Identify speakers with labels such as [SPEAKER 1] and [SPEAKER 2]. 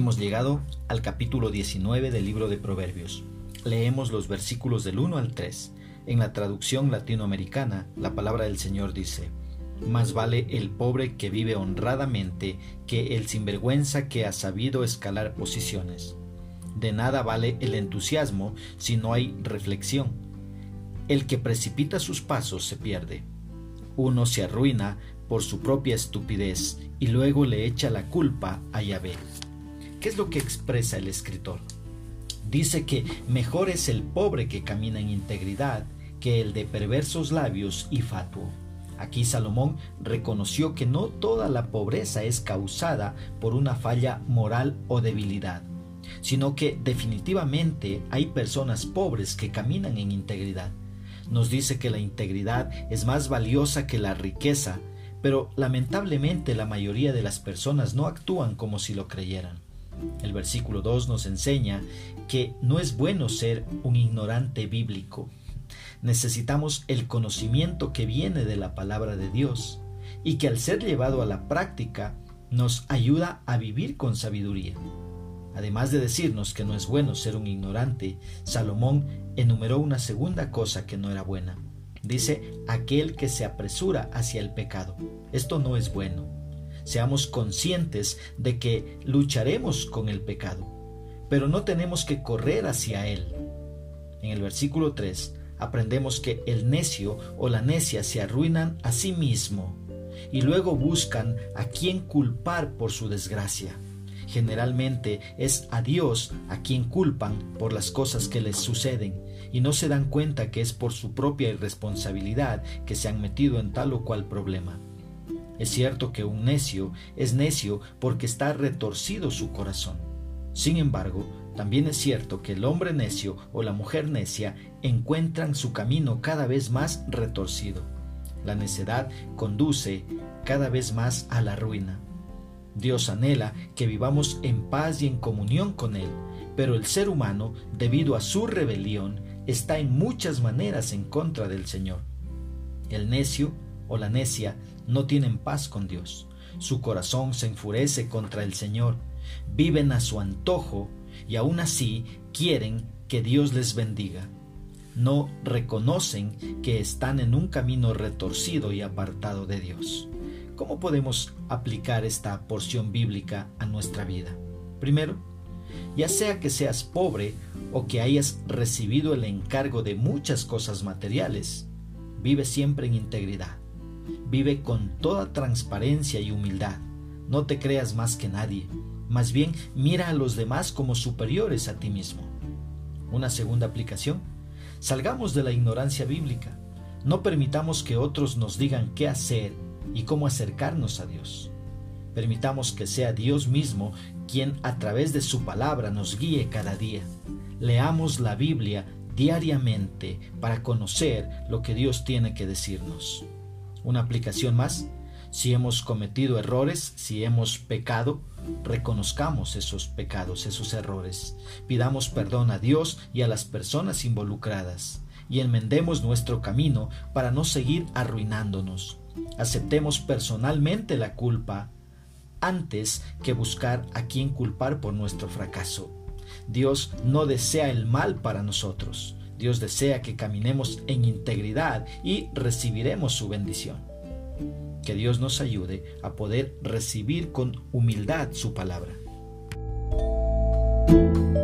[SPEAKER 1] Hemos llegado al capítulo 19 del libro de Proverbios. Leemos los versículos del 1 al 3. En la traducción latinoamericana, la palabra del Señor dice: Más vale el pobre que vive honradamente que el sinvergüenza que ha sabido escalar posiciones. De nada vale el entusiasmo si no hay reflexión. El que precipita sus pasos se pierde. Uno se arruina por su propia estupidez y luego le echa la culpa a Yahvé. ¿Qué es lo que expresa el escritor? Dice que mejor es el pobre que camina en integridad que el de perversos labios y fatuo. Aquí Salomón reconoció que no toda la pobreza es causada por una falla moral o debilidad, sino que definitivamente hay personas pobres que caminan en integridad. Nos dice que la integridad es más valiosa que la riqueza, pero lamentablemente la mayoría de las personas no actúan como si lo creyeran. El versículo 2 nos enseña que no es bueno ser un ignorante bíblico. Necesitamos el conocimiento que viene de la palabra de Dios y que al ser llevado a la práctica nos ayuda a vivir con sabiduría. Además de decirnos que no es bueno ser un ignorante, Salomón enumeró una segunda cosa que no era buena. Dice: aquel que se apresura hacia el pecado. Esto no es bueno. Seamos conscientes de que lucharemos con el pecado, pero no tenemos que correr hacia él. En el versículo 3 aprendemos que el necio o la necia se arruinan a sí mismo y luego buscan a quien culpar por su desgracia. Generalmente es a Dios a quien culpan por las cosas que les suceden y no se dan cuenta que es por su propia irresponsabilidad que se han metido en tal o cual problema. Es cierto que un necio es necio porque está retorcido su corazón. Sin embargo, también es cierto que el hombre necio o la mujer necia encuentran su camino cada vez más retorcido. La necedad conduce cada vez más a la ruina. Dios anhela que vivamos en paz y en comunión con Él, pero el ser humano, debido a su rebelión, está en muchas maneras en contra del Señor. El necio o la necia no tienen paz con Dios. Su corazón se enfurece contra el Señor. Viven a su antojo y aún así quieren que Dios les bendiga. No reconocen que están en un camino retorcido y apartado de Dios. ¿Cómo podemos aplicar esta porción bíblica a nuestra vida? Primero, ya sea que seas pobre o que hayas recibido el encargo de muchas cosas materiales, vive siempre en integridad. Vive con toda transparencia y humildad. No te creas más que nadie. Más bien, mira a los demás como superiores a ti mismo. Una segunda aplicación: salgamos de la ignorancia bíblica. No permitamos que otros nos digan qué hacer y cómo acercarnos a Dios. Permitamos que sea Dios mismo quien a través de su palabra nos guíe cada día. Leamos la Biblia diariamente para conocer lo que Dios tiene que decirnos. Una aplicación más: si hemos cometido errores, si hemos pecado, reconozcamos esos pecados, esos errores. Pidamos perdón a Dios y a las personas involucradas y enmendemos nuestro camino para no seguir arruinándonos. Aceptemos personalmente la culpa antes que buscar a quien culpar por nuestro fracaso. Dios no desea el mal para nosotros. Dios desea que caminemos en integridad y recibiremos su bendición. Que Dios nos ayude a poder recibir con humildad su palabra.